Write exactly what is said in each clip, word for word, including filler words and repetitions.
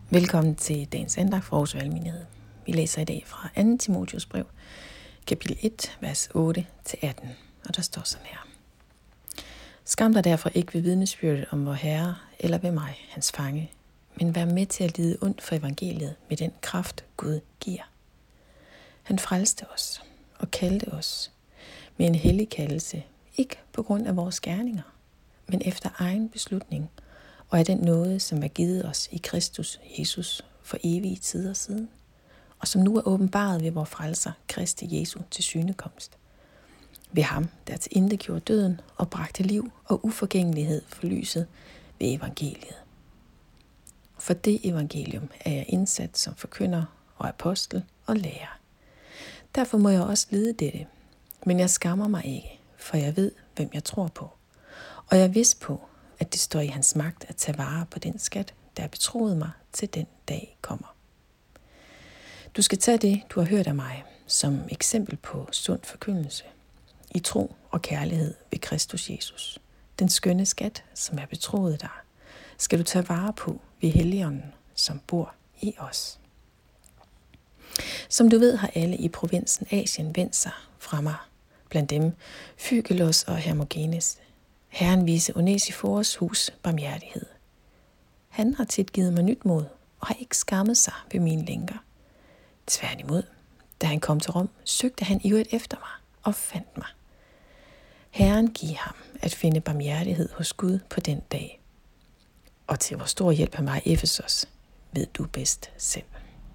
Velkommen til dagens andagt fra Aarhus Valgmenighed. Vi læser i dag fra anden Timotheus brev, kapitel et, vers otte til atten, og der står sådan her. Skam dig derfor ikke ved vidnesbyrdet om vor Herre eller ved mig, hans fange, men vær med til at lide ondt for evangeliet med den kraft, Gud giver. Han frelste os og kaldte os med en hellig kaldelse, ikke på grund af vores gerninger, men efter egen beslutning, og af den nåde, som er givet os i Kristus Jesus for evige tider siden, og som nu er åbenbaret ved vor frelser, Kristi Jesu til synekomst. Ved ham, der til intet gjorde døden og bragte liv og uforgængelighed for lyset ved evangeliet. For det evangelium er jeg indsat som forkynder og apostel og lærer. Derfor må jeg også lide dette, men jeg skammer mig ikke, for jeg ved, hvem jeg tror på, og jeg er vidst på, at det står i hans magt at tage vare på den skat, der er betroet mig, til den dag kommer. Du skal tage det, du har hørt af mig, som eksempel på sund forkyndelse, i tro og kærlighed ved Kristus Jesus. Den skønne skat, som er betroet dig, skal du tage vare på ved Helligånden, som bor i os. Som du ved, har alle i provinsen Asien vendt sig fra mig, blandt dem Fygelos og Hermogenes. Herren vise Onesiforos hus barmhjertighed. Han har tit givet mig nyt mod og har ikke skammet sig ved mine lænker. Tværtimod, da han kom til Rom, søgte han ivrigt efter mig og fandt mig. Herren giv ham at finde barmhjertighed hos Gud på den dag. Og til hvor stor hjælp han var i Efesos, ved du bedst selv.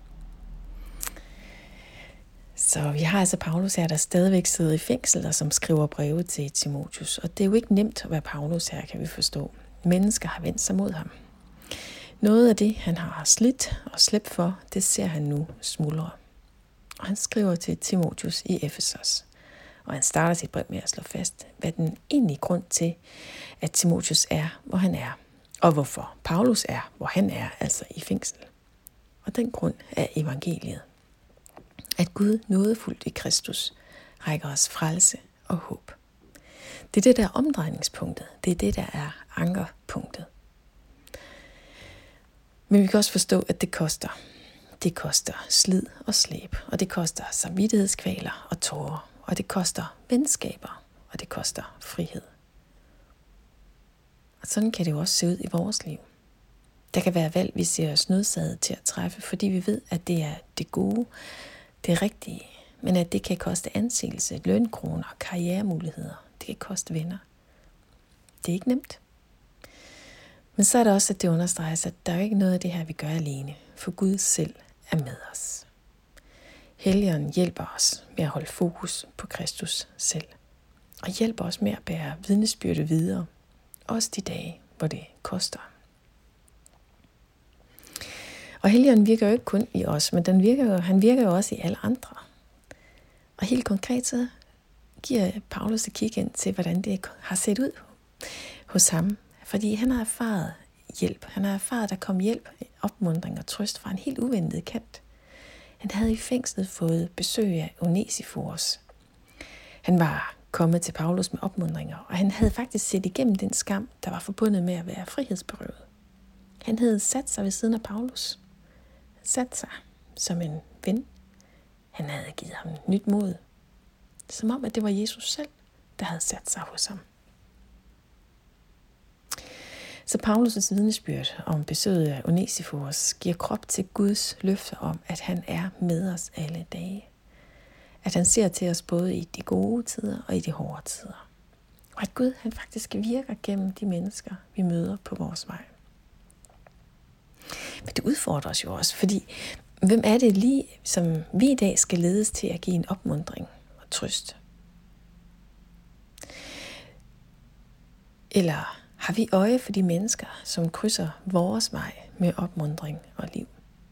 Så vi har altså Paulus her, der stadigvæk sidder i fængsel, og som skriver breve til Timotheus. Og det er jo ikke nemt at være Paulus her, kan vi forstå. Mennesker har vendt sig mod ham. Noget af det, han har slidt og slæbt for, det ser han nu smuldre. Og han skriver til Timotheus i Efesos. Og han starter sit brev med at slå fast, hvad den egentlige grund til, at Timotheus er, hvor han er. Og hvorfor Paulus er, hvor han er, altså i fængsel. Og den grund er evangeliet. At Gud nådefuldt i Kristus rækker os frelse og håb. Det er det, der er omdrejningspunktet. Det er det, der er ankerpunktet. Men vi kan også forstå, at det koster. Det koster slid og slæb, og det koster samvittighedskvaler og tårer, og det koster venskaber, og det koster frihed. Og sådan kan det jo også se ud i vores liv. Der kan være valg, vi ser os nødsaget til at træffe, fordi vi ved, at det er det gode, det rigtige, men at det kan koste anseelse, lønkroner, karrieremuligheder. Det kan koste venner. Det er ikke nemt. Men så er det også, at det understreges, at der er ikke noget af det her, vi gør alene, for Gud selv er med os. Helligånden hjælper os med at holde fokus på Kristus selv, og hjælper os med at bære vidnesbyrde videre, også de dage, hvor det koster. Og Helligånden virker jo ikke kun i os, men den virker jo, han virker jo også i alle andre. Og helt konkret så giver Paulus et kig ind til, hvordan det har set ud hos ham. Fordi han har erfaret hjælp. Han har erfaret, at der kom hjælp, opmuntring og trøst fra en helt uventet kant. Han havde i fængslet fået besøg af Onesiforos. Han var kommet til Paulus med opmuntringer, og han havde faktisk set igennem den skam, der var forbundet med at være frihedsberøvet. Han havde sat sig ved siden af Paulus. Sat sig som en ven. Han havde givet ham nyt mod. Som om, at det var Jesus selv, der havde sat sig hos ham. Så Paulus' vidnesbyrd om besøget af Onesiforos giver krop til Guds løfter om, at han er med os alle dage. At han ser til os både i de gode tider og i de hårde tider. Og at Gud han faktisk virker gennem de mennesker, vi møder på vores vej. Men det udfordrer os jo også, fordi hvem er det lige, som vi i dag skal ledes til at give en opmuntring og trøst? Eller har vi øje for de mennesker, som krydser vores vej med opmuntring og liv?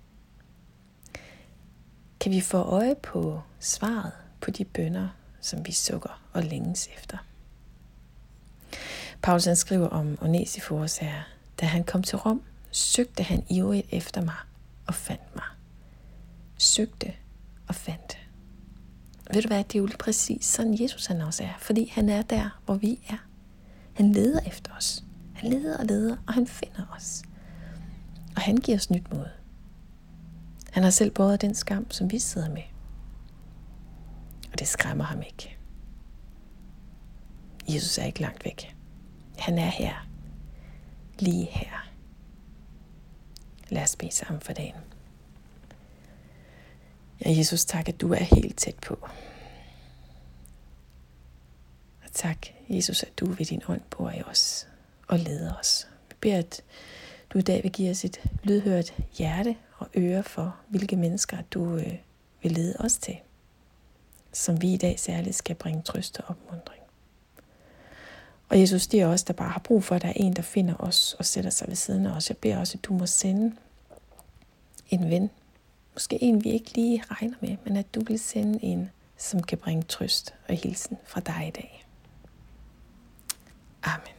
Kan vi få øje på svaret på de bønner, som vi sukker og længes efter? Paulus han skriver om Onesiforos her, da han kom til Rom, søgte han ivrigt efter mig og fandt mig. Søgte og fandt. Ved du hvad, det er jo lige præcis sådan Jesus han også er, fordi han er der, hvor vi er. Han leder efter os. Han leder og leder, og han finder os. Og han giver os nyt mod. Han har selv båret den skam, som vi sidder med. Og det skræmmer ham ikke. Jesus er ikke langt væk. Han er her. Lige her. Lad os bede sammen for dagen. Ja, Jesus, tak, at du er helt tæt på. Og tak, Jesus, at du ved din ånd bor i os og leder os. Vi beder, at du i dag vil give os et lydhørt hjerte og øre for, hvilke mennesker du øh, vil lede os til, som vi i dag særligt skal bringe trøst og opmuntring. Og Jesus, det er os, der bare har brug for, at der er en, der finder os og sætter sig ved siden af os. Jeg beder også, at du må sende en ven, måske en, vi ikke lige regner med, men at du vil sende en, som kan bringe trøst og hilsen fra dig i dag. Amen.